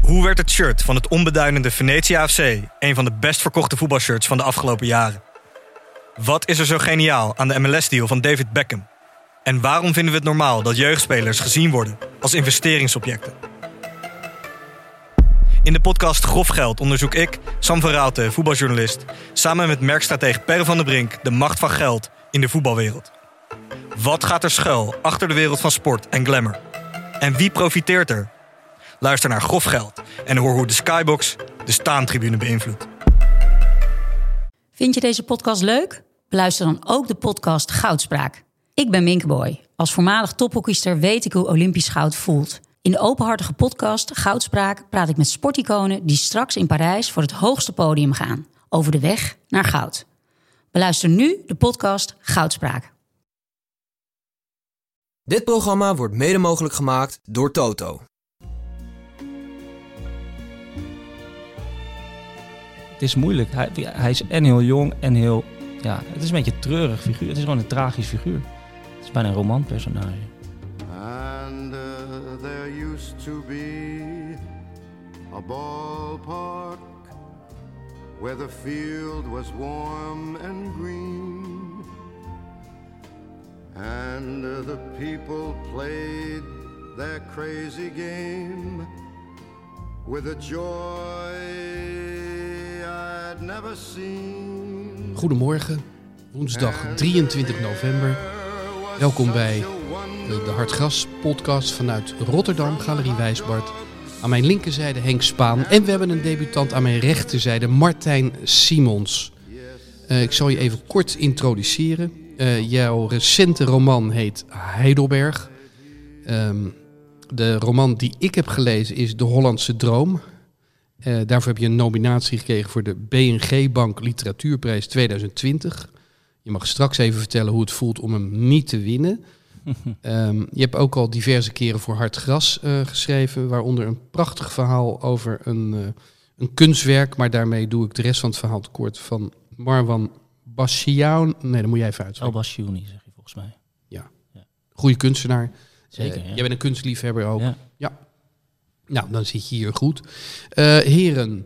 Hoe werd het shirt van het onbeduidende Venetia FC een van de best verkochte voetbalshirts van de afgelopen jaren? Wat is er zo geniaal aan de MLS-deal van David Beckham? En waarom vinden we het normaal dat jeugdspelers gezien worden als investeringsobjecten? In de podcast Grof Geld onderzoek ik, Sam van Raalte, voetbaljournalist, samen met merkstratege Per van der Brink de macht van geld in de voetbalwereld. Wat gaat er schuil achter de wereld van sport en glamour? En wie profiteert er? Luister naar Grof Geld en hoor hoe de Skybox de staantribune beïnvloedt. Vind je deze podcast leuk? Beluister dan ook de podcast Goudspraak. Ik ben Minkeboy. Als voormalig tophockeyster weet ik hoe Olympisch goud voelt. In de openhartige podcast Goudspraak praat ik met sporticonen die straks in Parijs voor het hoogste podium gaan. Over de weg naar goud. Beluister nu de podcast Goudspraak. Dit programma wordt mede mogelijk gemaakt door Toto. Het is moeilijk. Hij is en heel jong en heel... Ja, het is een beetje een treurig figuur. Het is gewoon een tragisch figuur. Het is bijna een romanpersonage. And there used to be a ballpark where the field was warm and green. And the people played their crazy game with a joy I'd never seen. Goedemorgen, woensdag 23 november. Welkom bij de Hartgras podcast vanuit Rotterdam, Galerie Wijsbart. Aan mijn linkerzijde Henk Spaan en we hebben een debutant aan mijn rechterzijde, Martijn Simons. Ik zal je even kort introduceren. Jouw recente roman heet Heidelberg. De roman die ik heb gelezen is De Hollandse Droom. Daarvoor heb je een nominatie gekregen voor de BNG Bank Literatuurprijs 2020. Je mag straks even vertellen hoe het voelt om hem niet te winnen. Je hebt ook al diverse keren voor Hartgras geschreven, waaronder een prachtig verhaal over een kunstwerk, maar daarmee doe ik de rest van het verhaal tekort, van Marwan Bassiouni. Nee, dat moet jij even uitspreken. El Bassiouni, zeg je volgens mij. Ja. Goeie kunstenaar. Zeker, ja. Jij bent een kunstliefhebber ook. Ja. Nou, dan zit je hier goed. Heren,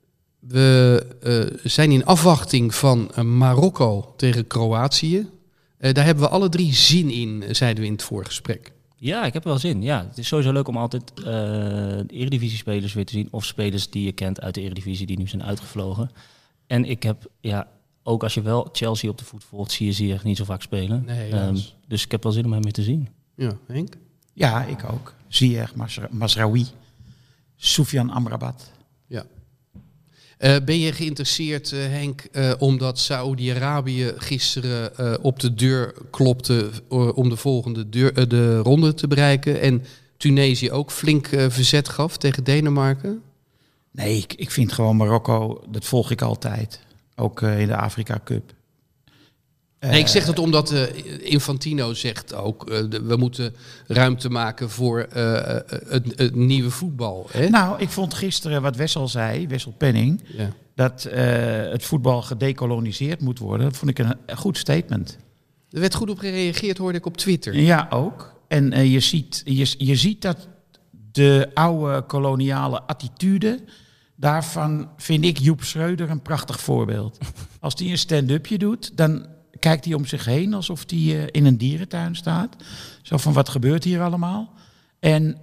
we zijn in afwachting van Marokko tegen Kroatië. Daar hebben we alle drie zin in, zeiden we in het voorgesprek. Ja, ik heb er wel zin. Ja, het is sowieso leuk om altijd de Eredivisie-spelers weer te zien. Of spelers die je kent uit de Eredivisie die nu zijn uitgevlogen. En ik heb, ook als je wel Chelsea op de voet volgt, zie je ze niet zo vaak spelen. Nee, dus ik heb wel zin om hem weer te zien. Ja, Henk? Ja, ik ook. Ziyech, Mazraoui, Soufiane Amrabat. Ja. Ben je geïnteresseerd, Henk, omdat Saoedi-Arabië gisteren op de deur klopte om de volgende de ronde te bereiken en Tunesië ook flink verzet gaf tegen Denemarken? Nee, ik vind gewoon Marokko, dat volg ik altijd. Ook in de Afrika Cup. Nee, ik zeg dat omdat Infantino zegt ook, we moeten ruimte maken voor het nieuwe voetbal. Hè? Nou, ik vond gisteren wat Wessel zei, Wessel Penning, dat het voetbal gedekoloniseerd moet worden. Dat vond ik een goed statement. Er werd goed op gereageerd, hoorde ik op Twitter. Ja, ook. En je ziet dat de oude koloniale attitude, daarvan vind ik Joep Schreuder een prachtig voorbeeld. Als hij een stand-upje doet, dan kijkt hij om zich heen alsof hij in een dierentuin staat. Zo van, wat gebeurt hier allemaal? En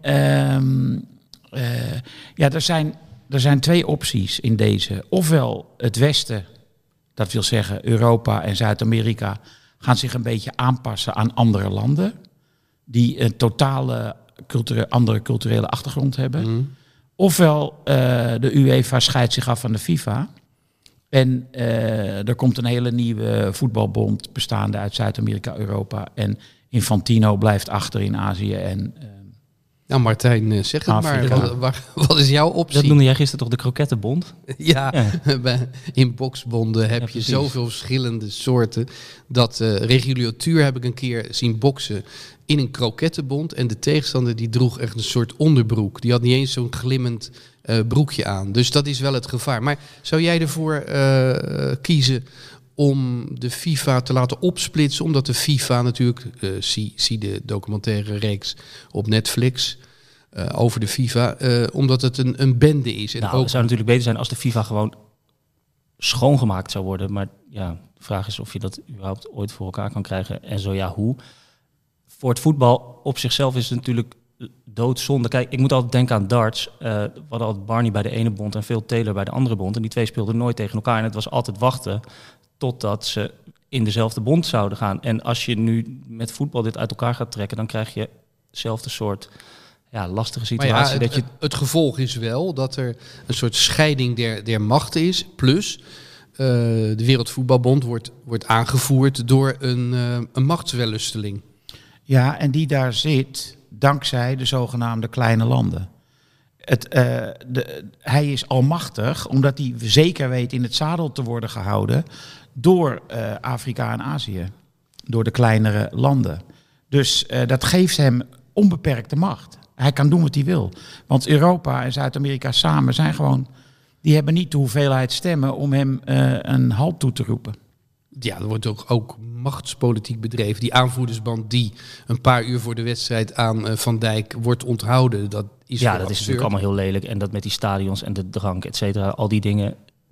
er zijn twee opties in deze. Ofwel het Westen, dat wil zeggen Europa en Zuid-Amerika, gaan zich een beetje aanpassen aan andere landen die een totale andere culturele achtergrond hebben. Mm. Ofwel de UEFA scheidt zich af van de FIFA. En er komt een hele nieuwe voetbalbond bestaande uit Zuid-Amerika, Europa. En Infantino blijft achter in Azië en nou Martijn, zeg het Afrika. Maar. Wat is jouw optie? Dat noemde jij gisteren toch de krokettenbond? Ja. In boksbonden heb je zoveel verschillende soorten. Dat regulatuur heb ik een keer zien boksen in een krokettenbond. En de tegenstander die droeg echt een soort onderbroek. Die had niet eens zo'n glimmend broekje aan. Dus dat is wel het gevaar. Maar zou jij ervoor kiezen om de FIFA te laten opsplitsen? Omdat de FIFA natuurlijk, zie de documentaire reeks op Netflix, over de FIFA, omdat het een bende is. En Nou, ook het zou natuurlijk beter zijn als de FIFA gewoon schoongemaakt zou worden. Maar ja, de vraag is of je dat überhaupt ooit voor elkaar kan krijgen. En zo ja, hoe? Voor het voetbal op zichzelf is het natuurlijk doodzonde. Kijk, ik moet altijd denken aan darts. We hadden altijd Barney bij de ene bond en Phil Taylor bij de andere bond. En die twee speelden nooit tegen elkaar. En het was altijd wachten totdat ze in dezelfde bond zouden gaan. En als je nu met voetbal dit uit elkaar gaat trekken, dan krijg je hetzelfde soort lastige situatie. Maar ja, het gevolg is wel dat er een soort scheiding der machten is. Plus, de Wereldvoetbalbond wordt aangevoerd door een machtswellusteling. Ja, en die daar zit dankzij de zogenaamde kleine landen. Hij is almachtig, omdat hij zeker weet in het zadel te worden gehouden door Afrika en Azië. Door de kleinere landen. Dus dat geeft hem onbeperkte macht. Hij kan doen wat hij wil. Want Europa en Zuid-Amerika samen zijn gewoon... die hebben niet de hoeveelheid stemmen om hem een halt toe te roepen. Ja, er wordt ook machtspolitiek bedreven. Die aanvoerdersband die een paar uur voor de wedstrijd aan Van Dijk wordt onthouden. Dat is dat is natuurlijk allemaal heel lelijk. En dat met die stadions en de drank, et cetera, al die dingen,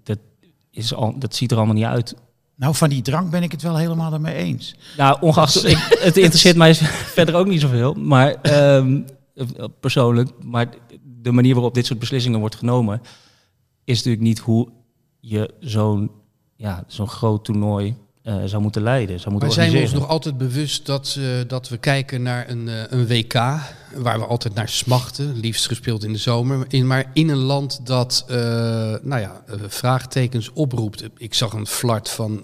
dat ziet er allemaal niet uit. Nou, van die drank ben ik het wel helemaal ermee eens. Nou, ongeacht, het interesseert mij verder ook niet zoveel. Maar persoonlijk, maar de manier waarop dit soort beslissingen wordt genomen, is natuurlijk niet hoe je zo'n groot toernooi zou moeten leiden. Maar zijn we ons nog altijd bewust dat we kijken naar een WK, waar we altijd naar smachten, liefst gespeeld in de zomer, maar in een land dat vraagtekens oproept. Ik zag een flart van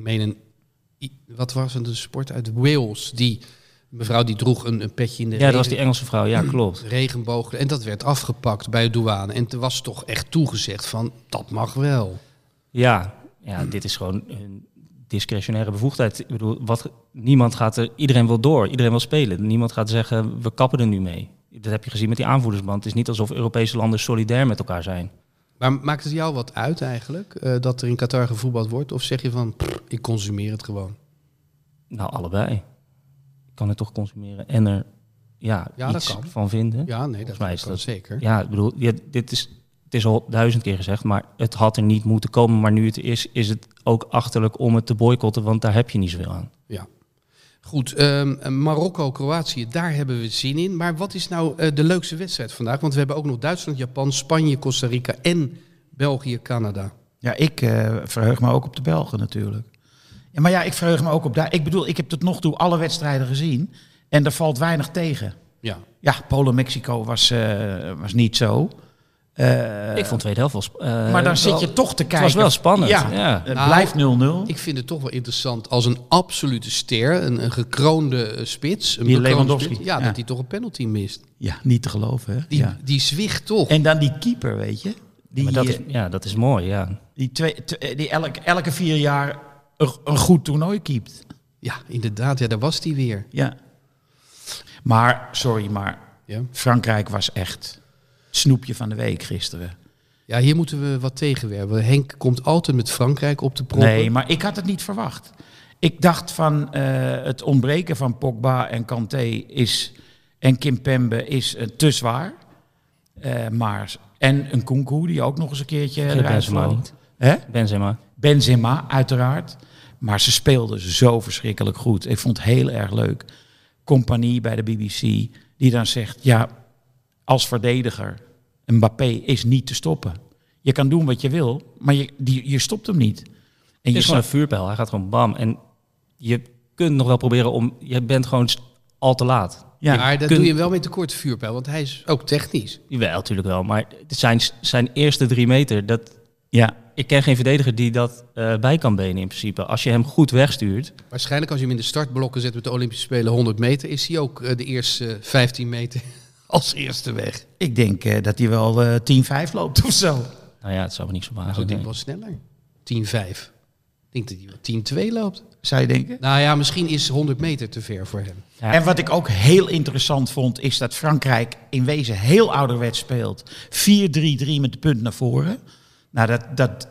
wat was het, een sport uit Wales, die mevrouw die droeg een petje in de dat was die Engelse vrouw, ja, klopt. Regenboog, en dat werd afgepakt bij de douane. En er was toch echt toegezegd van, dat mag wel. Ja, dit is gewoon een discretionaire bevoegdheid. Ik bedoel, iedereen wil door, iedereen wil spelen. Niemand gaat zeggen, we kappen er nu mee. Dat heb je gezien met die aanvoerdersband. Het is niet alsof Europese landen solidair met elkaar zijn. Maar maakt het jou wat uit eigenlijk, dat er in Qatar gevoetbald wordt? Of zeg je van, ik consumeer het gewoon? Nou, allebei. Ik kan het toch consumeren en er iets van vinden. Ja, nee, dat kan zeker. Ja, ik bedoel, het is al 1000 keer gezegd, maar het had er niet moeten komen. Maar nu het is het ook achterlijk om het te boycotten, want daar heb je niet zoveel aan. Ja. Goed, Marokko, Kroatië, daar hebben we zin in. Maar wat is nou de leukste wedstrijd vandaag? Want we hebben ook nog Duitsland, Japan, Spanje, Costa Rica en België, Canada. Ja, ik verheug me ook op de Belgen natuurlijk. Ja, maar ik verheug me ook op daar. Ik bedoel, ik heb tot nog toe alle wedstrijden gezien en er valt weinig tegen. Ja, Polen-Mexico was niet zo. Ik vond tweede helft wel maar dan zit je toch te kijken. Het was wel spannend. Ja. Het blijft 0-0. Ik vind het toch wel interessant als een absolute ster, een gekroonde spits. Die Lewandowski. Spits, dat hij toch een penalty mist. Ja, niet te geloven. Hè? Die zwicht toch. En dan die keeper, weet je. Dat is mooi, ja. Die elke 4 jaar een goed toernooi keept. Ja, inderdaad. Ja, daar was hij weer. Ja. Maar Frankrijk was echt het snoepje van de week gisteren. Ja, hier moeten we wat tegenwerpen. Henk komt altijd met Frankrijk op de proppen. Nee, maar ik had het niet verwacht. Ik dacht van het ontbreken van Pogba en Kanté en Kimpembe is te zwaar. En een Nkunku die ook nog eens een keertje eruit valt. Benzema, uiteraard. Maar ze speelden zo verschrikkelijk goed. Ik vond het heel erg leuk. Compagnie bij de BBC, die dan zegt, ja, als verdediger, Mbappé is niet te stoppen. Je kan doen wat je wil, maar je stopt hem niet. En het is gewoon een vuurpijl, hij gaat gewoon bam. En je kunt nog wel proberen je bent gewoon al te laat. Ja, maar dat doe je wel met de korte vuurpijl, want hij is ook technisch. Jawel, natuurlijk wel, maar zijn eerste 3 meter, ik ken geen verdediger die dat bij kan benen in principe. Als je hem goed wegstuurt. Waarschijnlijk als je hem in de startblokken zet met de Olympische Spelen 100 meter... is hij ook de eerste 15 meter als eerste weg. Ik denk dat hij wel 10-5 loopt of zo. Nou ja, het zou me niet zo wagen. Ik denk wel sneller. 10-5. Ik denk dat hij wel 10-2 loopt. Zou je denken? Nou ja, misschien is 100 meter te ver voor hem. Ja. En wat ik ook heel interessant vond, is dat Frankrijk in wezen heel ouderwets speelt. 4-3-3 met de punt naar voren. Nou,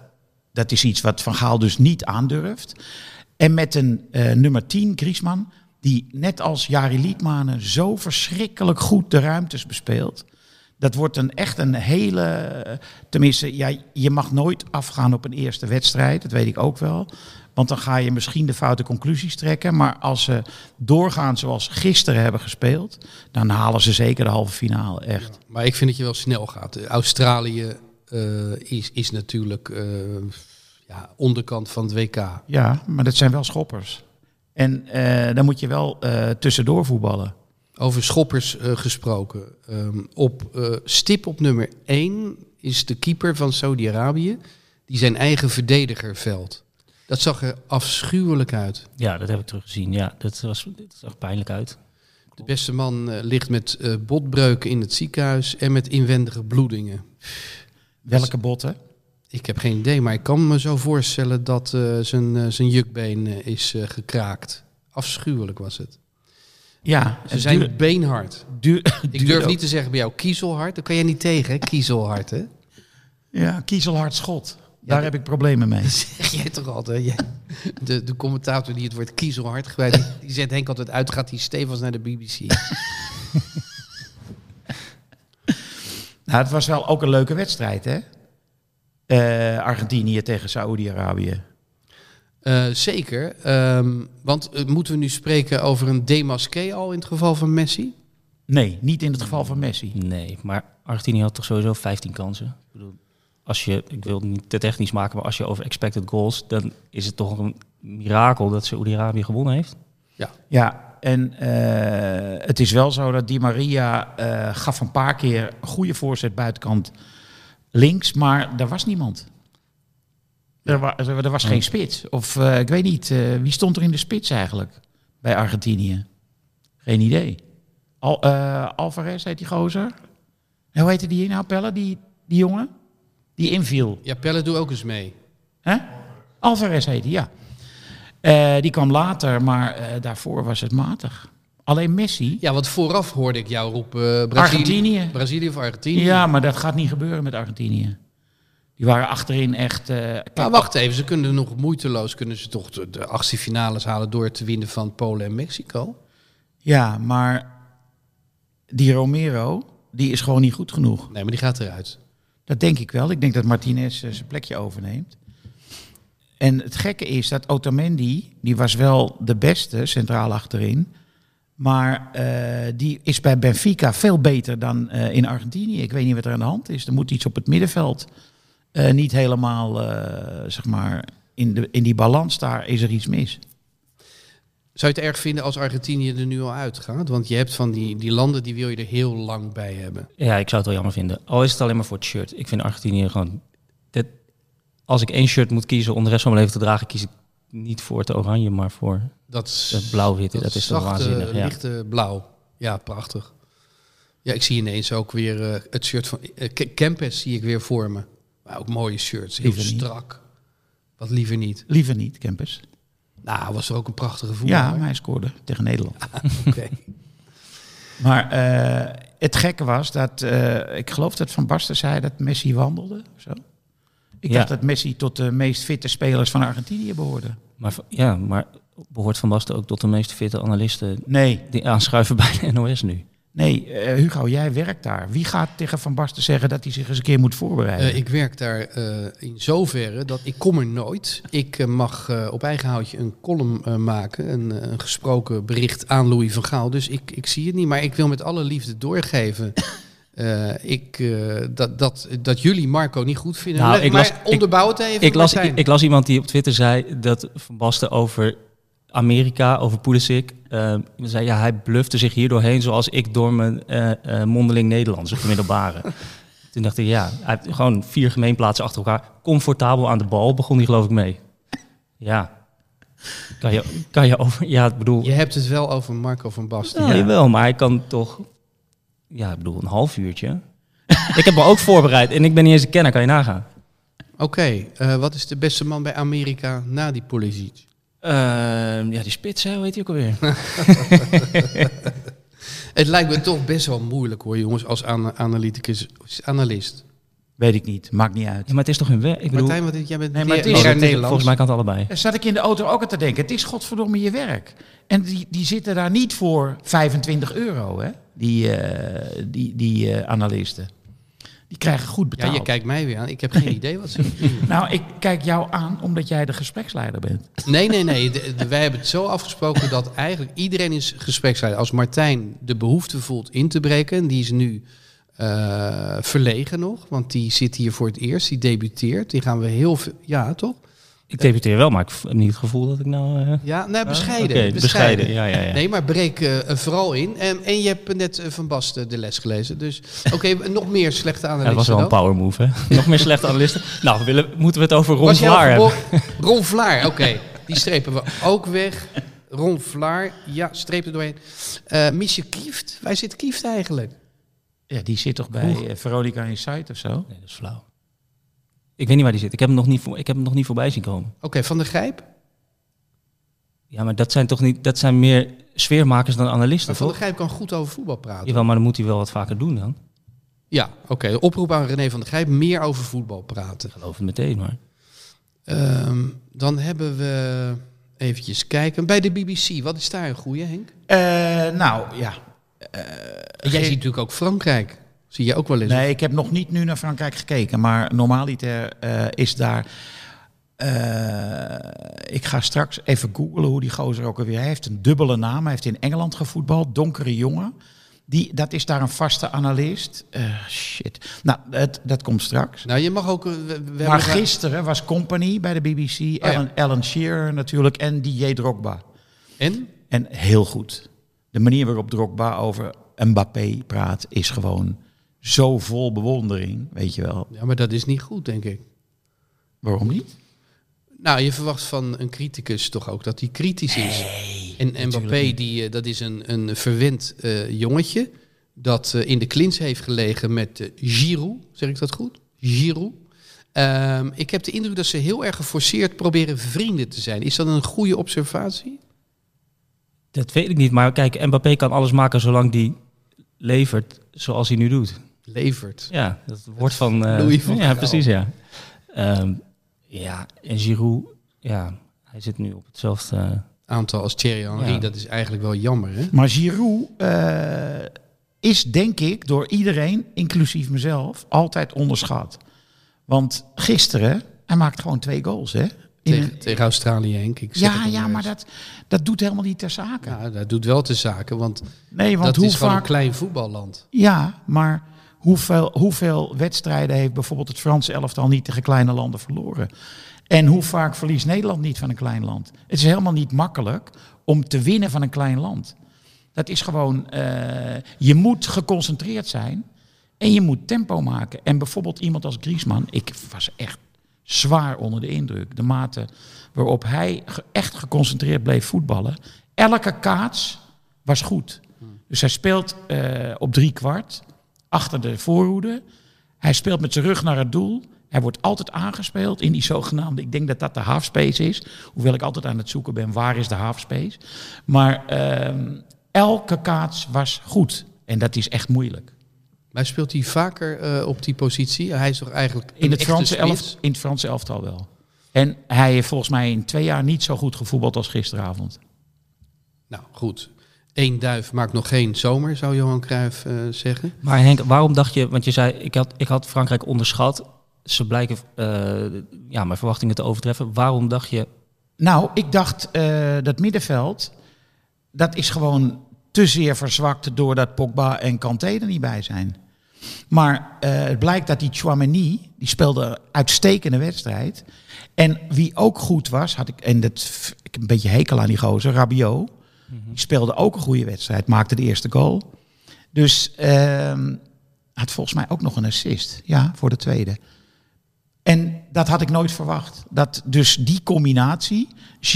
dat is iets wat Van Gaal dus niet aandurft. En met een nummer 10, Griezmann, die net als Jari Liedmanen zo verschrikkelijk goed de ruimtes bespeelt. Dat wordt echt een hele... Tenminste, je mag nooit afgaan op een eerste wedstrijd. Dat weet ik ook wel. Want dan ga je misschien de foute conclusies trekken. Maar als ze doorgaan zoals gisteren hebben gespeeld, dan halen ze zeker de halve finale, echt. Ja, maar ik vind dat je wel snel gaat. Australië is natuurlijk onderkant van het WK. Ja, maar dat zijn wel schoppers. En dan moet je wel tussendoor voetballen. Over schoppers gesproken. Stip op nummer 1 is de keeper van Saudi-Arabië, die zijn eigen verdediger velt. Dat zag er afschuwelijk uit. Ja, dat heb ik teruggezien. Ja, dat zag pijnlijk uit. De beste man ligt met botbreuken in het ziekenhuis en met inwendige bloedingen. Welke botten? Ik heb geen idee, maar ik kan me zo voorstellen dat zijn jukbeen is gekraakt. Afschuwelijk was het. Ja, ze zijn beenhard. Ik durf ook niet te zeggen bij jou kiezelhard. Daar kan jij niet tegen, hè? Kiezelhard, hè? Ja, kiezelhard schot. Daar heb ik problemen mee. Dat zeg jij toch altijd? De commentator die het woord kiezelhard gebruikt, die zet Henk altijd uit, gaat hij stevig naar de BBC. Nou, het was wel ook een leuke wedstrijd, hè? Argentinië tegen Saoedi-Arabië. Zeker. Want moeten we nu spreken over een démasqué al in het geval van Messi? Nee, niet in het geval van Messi. Nee, maar Argentinië had toch sowieso 15 kansen. Ik bedoel, ik wil het niet te technisch maken, maar als je over expected goals, dan is het toch een mirakel dat Saoedi-Arabië gewonnen heeft. Ja, en het is wel zo dat Di Maria gaf een paar keer een goede voorzet buitenkant links, maar er was niemand. Er was geen spits. Of ik weet niet, wie stond er in de spits eigenlijk bij Argentinië? Geen idee. Alvarez heet die gozer. En hoe heette die nou, Pelle, die jongen? Die inviel. Ja, Pelle doe ook eens mee. Alvarez heet die, ja. Die kwam later, maar daarvoor was het matig. Alleen Messi... Ja, want vooraf hoorde ik jou roepen... Argentinië. Brazilië of Argentinië. Ja, maar dat gaat niet gebeuren met Argentinië. Die waren achterin echt... maar wacht even, ze kunnen nog moeiteloos... kunnen ze toch de achtste finales halen... door te winnen van Polen en Mexico? Ja, maar die Romero, die is gewoon niet goed genoeg. Nee, maar die gaat eruit. Dat denk ik wel. Ik denk dat Martinez zijn plekje overneemt. En het gekke is dat Otamendi, die was wel de beste centraal achterin... maar die is bij Benfica veel beter dan in Argentinië. Ik weet niet wat er aan de hand is. Er moet iets op het middenveld... niet helemaal, zeg maar, in die balans daar is er iets mis. Zou je het erg vinden als Argentinië er nu al uitgaat? Want je hebt van die landen, die wil je er heel lang bij hebben. Ja, ik zou het wel jammer vinden. Al is het alleen maar voor het shirt. Ik vind Argentinië gewoon... Als ik één shirt moet kiezen om de rest van mijn leven te dragen, kies ik niet voor het oranje, maar voor het blauw-witte. Dat is toch waanzinnig. Ja. Lichte blauw. Ja, prachtig. Ja, ik zie ineens ook weer het shirt van Kempes zie ik weer voor me. Maar ook mooie shirts, heel strak. Wat liever niet. Liever niet, Kempes. Nou, was er ook een prachtige voetballer. Ja, maar hij scoorde tegen Nederland. Oké. Maar het gekke was dat, ik geloof dat Van Basten zei dat Messi wandelde. Of zo. Ik dacht dat Messi tot de meest fitte spelers van Argentinië behoorde. Maar behoort Van Basten ook tot de meest fitte analisten die aanschuiven bij de NOS nu? Nee, Hugo, jij werkt daar. Wie gaat tegen Van Basten zeggen dat hij zich eens een keer moet voorbereiden? Ik werk daar in zoverre dat ik kom er nooit. Ik mag op eigen houtje een column maken, een gesproken bericht aan Louis van Gaal. Dus ik zie het niet, maar ik wil met alle liefde doorgeven... dat jullie Marco niet goed vinden. Nou, maar onderbouw het even. Ik las iemand die op Twitter zei dat Van Basten over Amerika, over Pulisic, zei ja, hij blufte zich hier doorheen zoals ik door mijn mondeling Nederlands op de middelbare. Toen dacht ik, ja, hij heeft gewoon 4 gemeenplaatsen achter elkaar. Comfortabel aan de bal begon hij geloof ik mee. Ja. Kan je over... Ja, ik bedoel... Je hebt het wel over Marco van Basten. Ja, jawel, maar hij kan toch... Ja, ik bedoel, een half uurtje. Ik heb me ook voorbereid en ik ben niet eens een kenner, kan je nagaan. Oké, wat is de beste man bij Amerika na die Pulisic? Ja, die spits, hoe heet hij ook alweer? Het lijkt me toch best wel moeilijk hoor, jongens, als analist. Weet ik niet, maakt niet uit. Ja, maar het is toch hun werk? Ik bedoel, Martijn, jij bent Nee, maar het is- leraar Oh, Nederlands. volgens mij kan het allebei. Daar zat ik in de auto ook aan te denken. Het is godverdomme je werk. En die zitten daar niet voor €25, hè? Die analisten. Die krijgen goed Ja, betaald. je kijkt mij weer aan. Ik heb geen idee wat ze doen. Nou, ik kijk jou aan omdat jij de gespreksleider bent. Nee. Wij hebben het zo afgesproken dat eigenlijk iedereen is gespreksleider. Als Martijn de behoefte voelt in te breken, die is nu verlegen nog, want die zit hier voor het eerst, die debuteert. Die gaan we heel veel... Ja, toch? Ik debuteer wel, maar ik heb niet het gevoel dat ik nou... Ja, nee, bescheiden. Oké, bescheiden. Ja. Nee, maar breek vooral in. En je hebt net Van Basten de les gelezen. Dus oké, nog meer slechte Ja, analisten. dat was wel een dan? power move, hè? Nog meer slechte analisten. Nou, moeten we het over Ron Was jij al Vlaar hebben? Ron Vlaar, oké. Die strepen we ook weg. Ron Vlaar, ja, streep er doorheen. Miesje Kieft, waar zit Kieft eigenlijk? Ja, die zit toch bij Veronica Insight of zo? Nee, dat is flauw. Ik weet niet waar die zit. Ik heb hem nog niet voorbij zien komen. Oké, Van der Gijp? Ja, maar dat zijn meer sfeermakers dan analisten, Maar Van der toch? Gijp kan goed over voetbal praten. Jawel, maar dan moet hij wel wat vaker doen dan. Ja, oké. Oproep aan René van der Gijp, meer over voetbal praten. Ik geloof het meteen, maar... Dan hebben we eventjes kijken. Bij de BBC, wat is daar een goeie, Henk? Nou, ja. En jij ziet natuurlijk ook Frankrijk. Zie je ook wel eens? Nee, ik heb nog niet nu naar Frankrijk gekeken, maar normaliter is daar... ik ga straks even googlen hoe die gozer ook alweer... Hij heeft een dubbele naam, hij heeft in Engeland gevoetbald, donkere jongen. Dat is daar een vaste analist. Shit. Nou, dat komt straks. Nou, je mag ook... Maar gisteren was Company bij de BBC, ja. Alan Shearer natuurlijk en DJ Drogba. En? En heel goed. De manier waarop Drogba over Mbappé praat is gewoon zo vol bewondering, weet je wel. Ja, maar dat is niet goed, denk ik. Waarom niet? Nou, je verwacht van een criticus toch ook dat hij kritisch is. En Mbappé, dat is een verwend jongetje dat in de klins heeft gelegen met Giroud. Zeg ik dat goed? Giroud. Ik heb de indruk dat ze heel erg geforceerd proberen vrienden te zijn. Is dat een goede observatie? Dat weet ik niet, maar kijk, Mbappé kan alles maken zolang die levert zoals hij nu doet. Levert. Ja, dat wordt van... Louis van ja, Gaal. precies, ja. Ja, en Giroud, ja, hij zit nu op hetzelfde... Aantal als Thierry Henry, Ja. dat is eigenlijk wel jammer, hè? Maar Giroud is denk ik door iedereen, inclusief mezelf, altijd onderschat. Want gisteren, hij maakt gewoon 2 goals, hè? Tegen Australië, Henk. Ik zeg het nog Ja, maar maar eens. dat doet helemaal niet ter zake. Ja, dat doet wel de zaken, want, Nee, want dat hoe is gewoon vaak... een klein voetballand. Ja, maar hoeveel wedstrijden heeft bijvoorbeeld het Franse elftal niet tegen kleine landen verloren? En hoe vaak verliest Nederland niet van een klein land? Het is helemaal niet makkelijk om te winnen van een klein land. Dat is gewoon, je moet geconcentreerd zijn en je moet tempo maken. En bijvoorbeeld iemand als Griezmann, ik was echt zwaar onder de indruk. De mate waarop hij echt geconcentreerd bleef voetballen. Elke kaats was goed. Dus hij speelt op 3/4 achter de voorhoede. Hij speelt met zijn rug naar het doel. Hij wordt altijd aangespeeld in die zogenaamde... Ik denk dat dat de halfspace is. Hoewel ik altijd aan het zoeken ben, waar is de halfspace? Maar elke kaats was goed. En dat is echt moeilijk. Maar speelt hij vaker op die positie? Hij is toch eigenlijk In het spits? Franse elftal wel. En hij heeft volgens mij in 2 jaar niet zo goed gevoetbald als gisteravond. Nou, goed. 1 duif maakt nog geen zomer, zou Johan Cruijff zeggen. Maar Henk, waarom dacht je... Want je zei, ik had Frankrijk onderschat. Ze blijken mijn verwachtingen te overtreffen. Waarom dacht je... Nou, ik dacht dat middenveld... dat is gewoon te zeer verzwakt doordat Pogba en Kanté er niet bij zijn. Maar het blijkt dat die Tchouaméni, die speelde een uitstekende wedstrijd. En wie ook goed was, ik heb een beetje hekel aan die gozer, Rabiot. Die speelde ook een goede wedstrijd, maakte de eerste goal. Dus had volgens mij ook nog een assist, ja, voor de tweede. En dat had ik nooit verwacht. Dat dus die combinatie,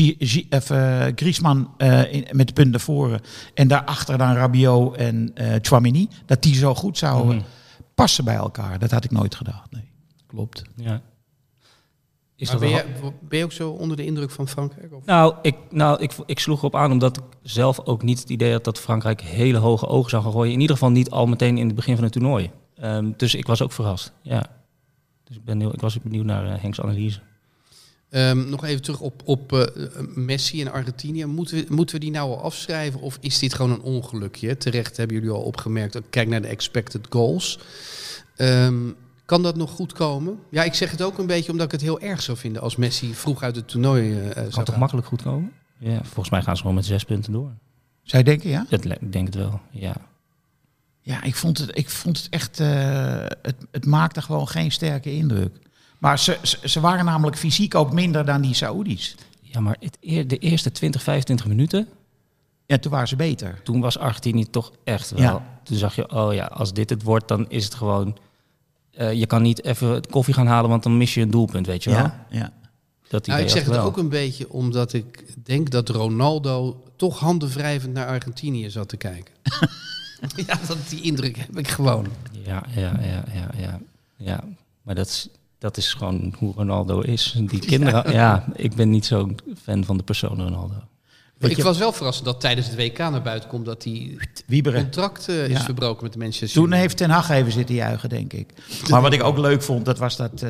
Griezmann met de punt naar voren en daarachter dan Rabiot en Tchouaméni, dat die zo goed zouden passen bij elkaar. Dat had ik nooit gedacht. Nee, klopt. Ja. Maar ben je ook zo onder de indruk van Frankrijk? Of? Ik sloeg erop aan omdat ik zelf ook niet het idee had dat Frankrijk hele hoge ogen zou gaan gooien. In ieder geval niet al meteen in het begin van het toernooi. Dus ik was ook verrast, ja. Dus ik was benieuwd naar Henks analyse. Nog even terug op Messi en Argentinië. Moeten we die nou al afschrijven of is dit gewoon een ongelukje? Terecht hebben jullie al opgemerkt. Kijk naar de expected goals. Kan dat nog goed komen? Ja, ik zeg het ook een beetje omdat ik het heel erg zou vinden als Messi vroeg uit het toernooi Kan toch makkelijk goed komen? Ja, volgens mij gaan ze gewoon met 6 punten door. Zou je denken, ja? Ik denk het wel, ja. Ja, ik vond het echt... Het maakte gewoon geen sterke indruk. Maar ze waren namelijk fysiek ook minder dan die Saoedi's. Ja, maar de eerste 20, 25 minuten... Ja, toen waren ze beter. Toen was Argentinië toch echt wel... Ja. Toen zag je, als dit het wordt, dan is het gewoon... je kan niet even koffie gaan halen, want dan mis je een doelpunt, weet je wel? Ja. Ik zeg het ook een beetje omdat ik denk dat Ronaldo toch handenwrijvend naar Argentinië zat te kijken. Ja, die indruk heb ik gewoon. Ja. Maar dat is gewoon hoe Ronaldo is. Die kinderen... ik ben niet zo'n fan van de persoon Ronaldo. Ik was wel verrast dat tijdens het WK naar buiten komt dat die contract is verbroken met de Manchester United. Toen heeft Ten Hag even zitten juichen, denk ik. Maar wat ik ook leuk vond, dat was dat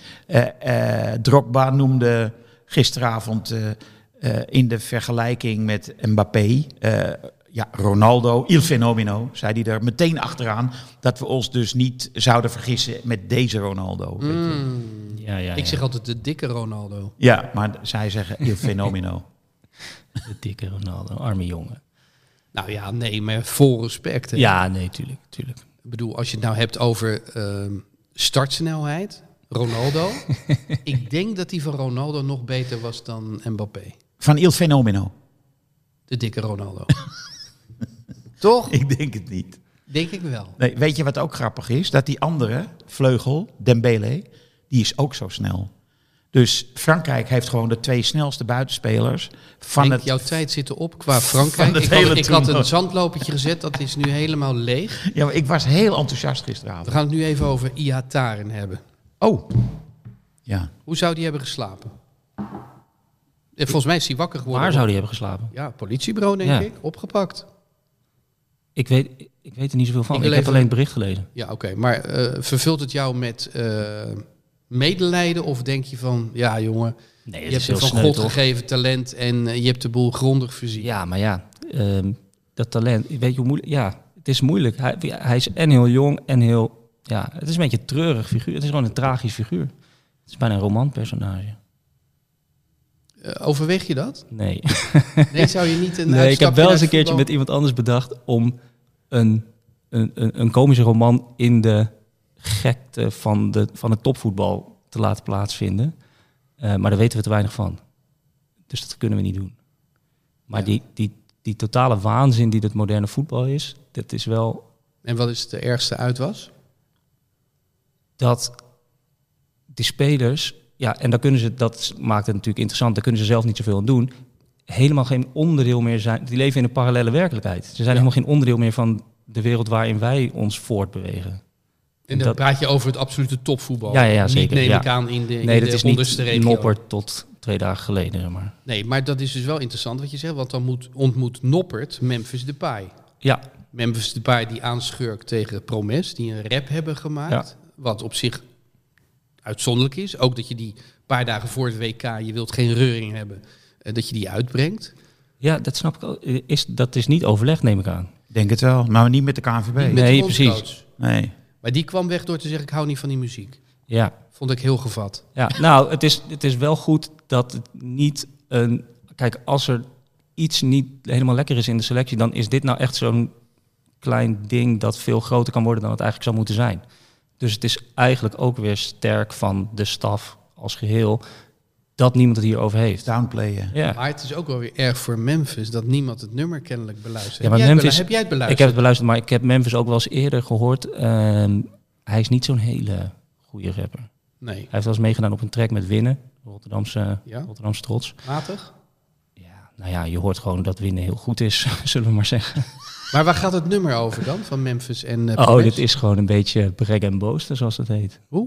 Drogba noemde gisteravond in de vergelijking met Mbappé... Ronaldo, il fenomeno, zei hij er meteen achteraan... dat we ons dus niet zouden vergissen met deze Ronaldo. Weet je. Ik zeg altijd de dikke Ronaldo. Ja, maar zij zeggen il fenomeno. De dikke Ronaldo, arme jongen. Nou ja, nee, maar vol respect. Hè? Ja, nee, tuurlijk. Ik bedoel, als je het nou hebt over startsnelheid, Ronaldo... ik denk dat die van Ronaldo nog beter was dan Mbappé. Van il fenomeno. De dikke Ronaldo. Toch? Ik denk het niet. Denk ik wel. Nee, weet je wat ook grappig is? Dat die andere vleugel, Dembele, die is ook zo snel. Dus Frankrijk heeft gewoon de 2 snelste buitenspelers van jouw tijd zit erop qua Frankrijk. Ik had een zandlopertje gezet, dat is nu helemaal leeg. Ja, maar ik was heel enthousiast gisteravond. We gaan het nu even over Ihataren hebben. Oh. Ja. Hoe zou die hebben geslapen? Volgens mij is hij wakker geworden. Waar zou die hebben geslapen? Ja, politiebureau denk ik. Opgepakt. Ik weet er niet zoveel van. Ik heb alleen het bericht gelezen. Ja, oké. Maar vervult het jou met medelijden? Of denk je van, ja jongen, je hebt een van God gegeven talent en je hebt de boel grondig verziekt? Ja, maar dat talent, weet je hoe moeilijk... Ja, het is moeilijk. Hij is en heel jong en heel... Ja, het is een beetje een treurig figuur. Het is gewoon een tragisch figuur. Het is bijna een romanpersonage. Overweeg je dat? Nee. Nee, zou je niet een Nee, ik heb wel eens een keertje met iemand anders bedacht om een komische roman in de gekte van het topvoetbal te laten plaatsvinden. Maar daar weten we te weinig van. Dus dat kunnen we niet doen. Maar die totale waanzin die het moderne voetbal is, dat is wel... En wat is de ergste uitwas? Dat die spelers... Ja, en dan kunnen ze, dat maakt het natuurlijk interessant, daar kunnen ze zelf niet zoveel aan doen. Helemaal geen onderdeel meer zijn. Die leven in een parallele werkelijkheid. Ze zijn helemaal geen onderdeel meer van de wereld waarin wij ons voortbewegen. En dan praat je over het absolute topvoetbal. Ja, zeker. Niet neem ik aan in de dat is onderste niet regio. Noppert tot 2 dagen geleden. Maar. Nee, maar dat is dus wel interessant wat je zegt. Want dan ontmoet Noppert Memphis Depay. Ja. Memphis Depay die aanschurkt tegen Promes. Die een rap hebben gemaakt. Ja. Wat op zich uitzonderlijk is. Ook dat je die paar dagen voor het WK, je wilt geen reuring hebben, dat je die uitbrengt. Ja, dat snap ik ook. Dat is niet overlegd, neem ik aan. Denk het wel, maar niet met de KNVB. Nee, precies. Nee. Maar die kwam weg door te zeggen, ik hou niet van die muziek. Ja. Vond ik heel gevat. Ja, nou, het is wel goed dat het niet een... Kijk, als er iets niet helemaal lekker is in de selectie, dan is dit nou echt zo'n klein ding dat veel groter kan worden dan het eigenlijk zou moeten zijn. Dus het is eigenlijk ook weer sterk van de staf als geheel dat niemand het hierover heeft. Downplayen. Ja. Maar het is ook wel weer erg voor Memphis dat niemand het nummer kennelijk beluistert. Ja, maar heb Memphis, jij het beluisterd? Ik heb het beluisterd, maar ik heb Memphis ook wel eens eerder gehoord. Hij is niet zo'n hele goede rapper. Nee. Hij heeft wel eens meegedaan op een track met Winnen, Rotterdamse trots. Matig? Ja, nou ja, je hoort gewoon dat Winnen heel goed is, zullen we maar zeggen. Maar waar gaat het nummer over dan, van Memphis en dit is gewoon een beetje brag en boasten, zoals dat heet. Hoe?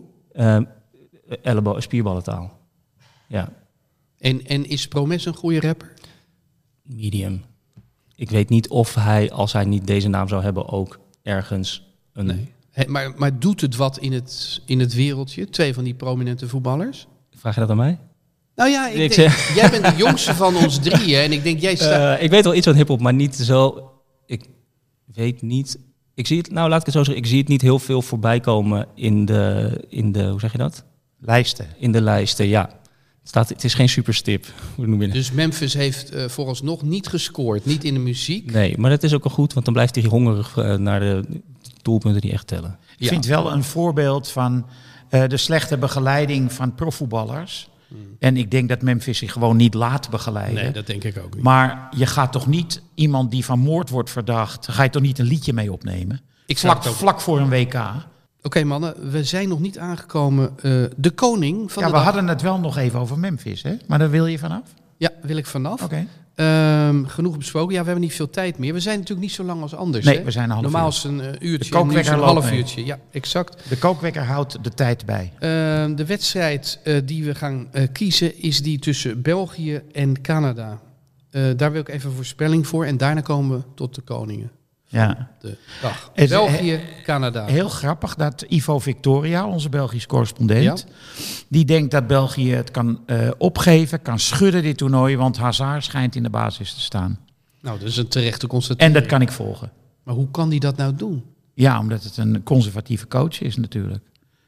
Spierballentaal. Ja. En is Promes een goede rapper? Medium. Ik weet niet of hij, als hij niet deze naam zou hebben, ook ergens een Maar doet het wat in het wereldje? 2 van die prominente voetballers? Vraag je dat aan mij? Nou ja, jij bent de jongste van ons 3, hè? En ik denk, jij staat... Ik weet wel iets van hiphop, maar niet zo... Ik weet niet... Ik zie het, nou laat ik het zo zeggen, ik zie het niet heel veel voorbij komen in de hoe zeg je dat? Lijsten. In de lijsten, ja. Het is geen superstip. Hoe noem je het? Dus Memphis heeft vooralsnog niet gescoord, niet in de muziek. Nee, maar dat is ook wel goed, want dan blijft hij hongerig naar de doelpunten die echt tellen. Ik vind wel een voorbeeld van de slechte begeleiding van profvoetballers. En ik denk dat Memphis zich gewoon niet laat begeleiden. Nee, dat denk ik ook niet. Maar je gaat toch niet iemand die van moord wordt verdacht, ga je toch niet een liedje mee opnemen? Vlak voor een WK. Oké, mannen, we zijn nog niet aangekomen. De koning van Ja, de we dag. hadden het wel nog even over Memphis, hè? Maar daar wil je vanaf? Ja, wil ik vanaf. Oké. Genoeg besproken. Ja, we hebben niet veel tijd meer. We zijn natuurlijk niet zo lang als anders. Nee, hè? we zijn een half Normaal uur. is een uurtje. De kookwekker en nu is het een loopt half mee. uurtje. Ja, exact. De kookwekker houdt de tijd bij. De wedstrijd die we gaan kiezen is die tussen België en Canada. Daar wil ik even een voorspelling voor. En daarna komen we tot de koningen. Ja. De dag. Het- België, Canada. Heel grappig dat Ivo Victoria, onze Belgische correspondent, die denkt dat België het kan opgeven, kan schudden dit toernooi, want Hazard schijnt in de basis te staan. Nou, dat is een terechte constatering. En dat kan ik volgen. Maar hoe kan hij dat nou doen? Ja, omdat het een conservatieve coach is natuurlijk.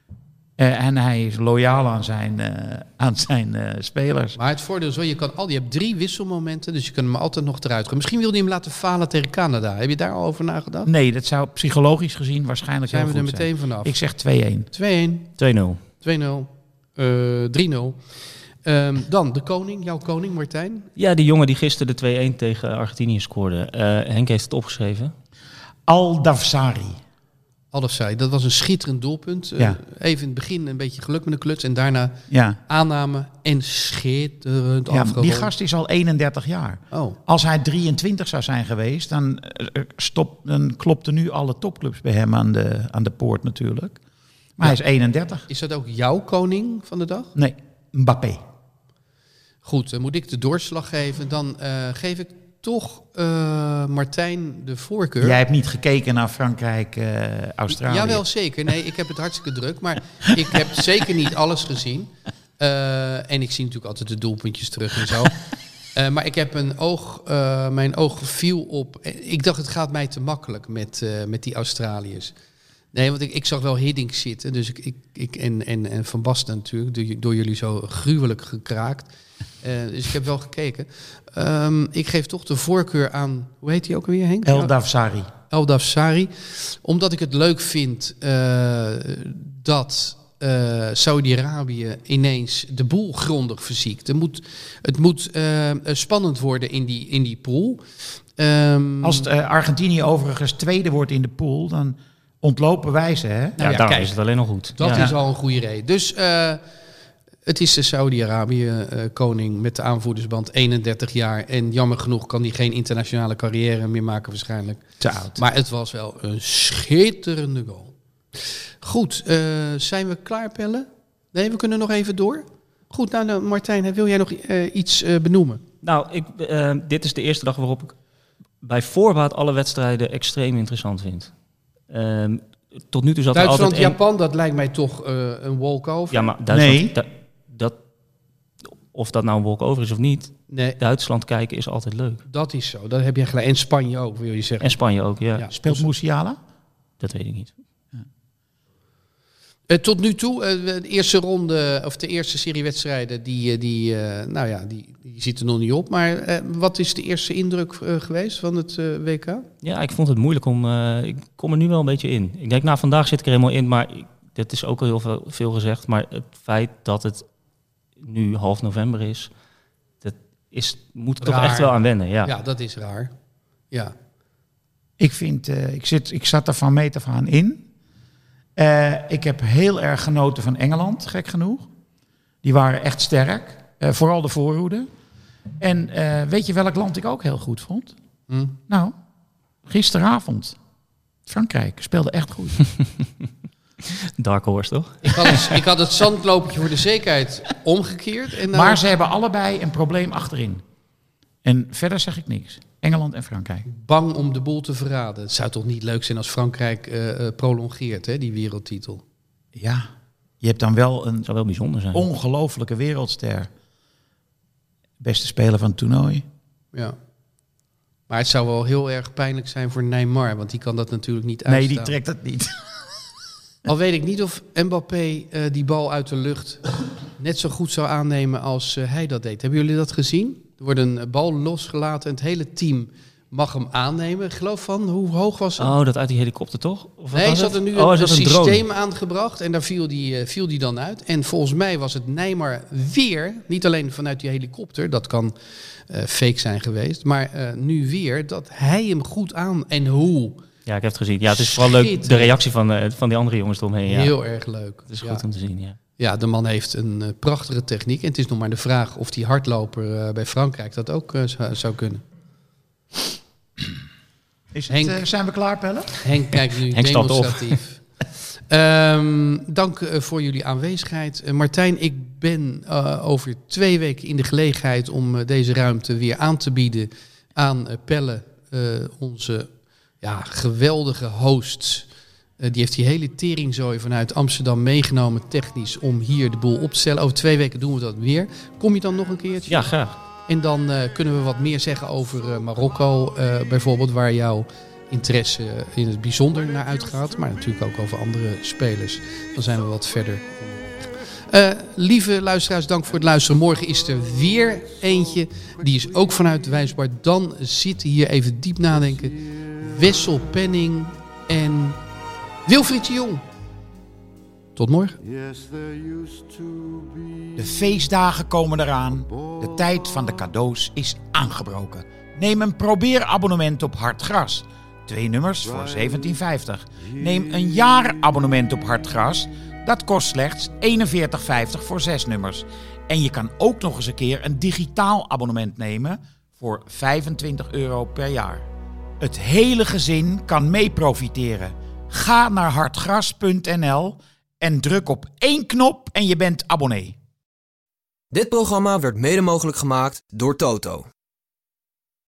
En hij is loyaal aan zijn spelers. Maar het voordeel is wel, je hebt 3 wisselmomenten, dus je kunt hem altijd nog eruit gaan. Misschien wil hij hem laten falen tegen Canada. Heb je daar al over nagedacht? Nee, dat zou psychologisch gezien waarschijnlijk Zijn heel we er goed meteen zijn. vanaf? Ik zeg 2-1. 2-1, 2-0. 2-0, 3-0. Dan de koning, jouw koning, Martijn. Ja, die jongen die gisteren de 2-1 tegen Argentinië scoorde. Henk heeft het opgeschreven. Al-Dafsari. Al-Dafsari, dat was een schitterend doelpunt. Ja. Even in het begin een beetje geluk met de kluts en daarna Ja. aanname en schitterend Ja, afgerond. die gast is al 31 jaar. Oh, Als hij 23 zou zijn geweest, dan klopten nu alle topclubs bij hem aan de poort natuurlijk. Maar hij is 31. is dat ook jouw koning van de dag? Nee, Mbappé. Goed, dan moet ik de doorslag geven. Dan geef ik toch Martijn de voorkeur. Jij hebt niet gekeken naar Frankrijk, Australië. Jawel, zeker. Nee, ik heb het hartstikke druk. Maar ik heb zeker niet alles gezien. En ik zie natuurlijk altijd de doelpuntjes terug en zo. Maar ik heb mijn oog viel op... Ik dacht, het gaat mij te makkelijk met die Australiërs. Nee, want ik zag wel Hiddink zitten. Dus en Van Basten natuurlijk, door jullie zo gruwelijk gekraakt. Dus ik heb wel gekeken. Ik geef toch de voorkeur aan... Hoe heet hij ook alweer, Henk? El-Dafsari. El-Dafsari. Omdat ik het leuk vind dat Saudi-Arabië ineens de boel grondig verziekt. Het moet spannend worden in die pool. Als Argentinië overigens tweede wordt in de pool, dan ontlopen wij ze, hè? Nou Ja, ja, daarom kijk. is het alleen nog goed. Dat Ja. is al een goede reden. Dus het is de Saudi-Arabië-koning met de aanvoerdersband, 31 jaar. En jammer genoeg kan hij geen internationale carrière meer maken waarschijnlijk. Te oud. Maar het was wel een schitterende goal. Goed, zijn we klaar, Pelle? Nee, we kunnen nog even door. Goed, nou Martijn, wil jij nog iets benoemen? Nou, dit is de eerste dag waarop ik bij voorbaat alle wedstrijden extreem interessant vind. Tot nu toe zat er altijd... Duitsland-Japan, dat lijkt mij toch een walkover. Ja, maar Duitsland... Nee. Of dat nou een walkover is of niet, Nee, Duitsland kijken is altijd leuk. dat is zo. Dat heb jij gelijk. En Spanje ook, wil je zeggen. En Spanje ook, ja. Ja. Speelt Musiala? Dat weet ik niet. Tot nu toe, de eerste ronde, of de eerste serie wedstrijden, die zitten nog niet op. Maar wat is de eerste indruk geweest van het WK? Ja, ik vond het moeilijk om... ik kom er nu wel een beetje in. Ik denk, nou, vandaag zit ik er helemaal in, maar dat is ook al heel veel gezegd. Maar het feit dat het nu half november is, moet er toch Raar. echt wel aan wennen. Ja. Ja, dat is raar. Ja. Ik zat er van meet af aan in. Ik heb heel erg genoten van Engeland, gek genoeg. Die waren echt sterk. Vooral de voorhoede. En weet je welk land ik ook heel goed vond? Nou, gisteravond. Frankrijk speelde echt goed. Dark Horse, toch? Ik had het zandlopertje voor de zekerheid omgekeerd. En Maar ze hebben allebei een probleem achterin. En verder zeg ik niks. Engeland en Frankrijk. Bang om de boel te verraden. Het zou toch niet leuk zijn als Frankrijk prolongeert, hè, die wereldtitel? Ja, je hebt dan wel een Het zou wel bijzonder zijn. ongelofelijke wereldster. Beste speler van het toernooi. Ja. Maar het zou wel heel erg pijnlijk zijn voor Neymar, want die kan dat natuurlijk niet uitstaan. Nee, die trekt het niet. Al weet ik niet of Mbappé die bal uit de lucht net zo goed zou aannemen als hij dat deed. Hebben jullie dat gezien? Er wordt een bal losgelaten en het hele team mag hem aannemen. Ik geloof van, hoe hoog was het? Oh, dat uit die helikopter toch? Of wat Nee, was ze hadden het? nu Oh, een is dat een systeem drone? aangebracht en daar viel die dan uit. En volgens mij was het Neymar weer, niet alleen vanuit die helikopter, dat kan fake zijn geweest, maar nu weer dat hij hem goed aan en hoe. Ja, ik heb het gezien. Ja, het is vooral leuk de Schitterend. reactie van die andere jongens eromheen. Ja. Heel erg leuk. Het is Ja. goed om te zien, ja. Ja, de man heeft een prachtige techniek. En het is nog maar de vraag of die hardloper bij Frankrijk dat ook zou kunnen. Henk. Zijn we klaar, Pelle? Henk kijkt nu Henk staat op. demonstratief. Dank voor jullie aanwezigheid. Martijn, ik ben over 2 weken in de gelegenheid om deze ruimte weer aan te bieden aan Pelle, onze geweldige hosts. Die heeft die hele teringzooi vanuit Amsterdam meegenomen technisch om hier de boel op te stellen. Over 2 weken doen we dat weer. Kom je dan nog een keertje? Ja, graag. En dan kunnen we wat meer zeggen over Marokko bijvoorbeeld, waar jouw interesse in het bijzonder naar uitgaat. Maar natuurlijk ook over andere spelers. Dan zijn we wat verder. Lieve luisteraars, dank voor het luisteren. Morgen is er weer eentje. Die is ook vanuit Wijsbart. Dan zitten hier even diep nadenken. Wessel Penning en Wilfried de Jong. Tot morgen. Yes, there used to be. De feestdagen komen eraan. De tijd van de cadeaus is aangebroken. Neem een probeerabonnement op Hartgras. 2 nummers voor €17,50. Neem een jaarabonnement op Hartgras. Dat kost slechts €41,50 voor 6 nummers. En je kan ook nog eens een keer een digitaal abonnement nemen voor €25 per jaar. Het hele gezin kan mee profiteren. Ga naar hartgras.nl en druk op 1 knop en je bent abonnee. Dit programma werd mede mogelijk gemaakt door Toto.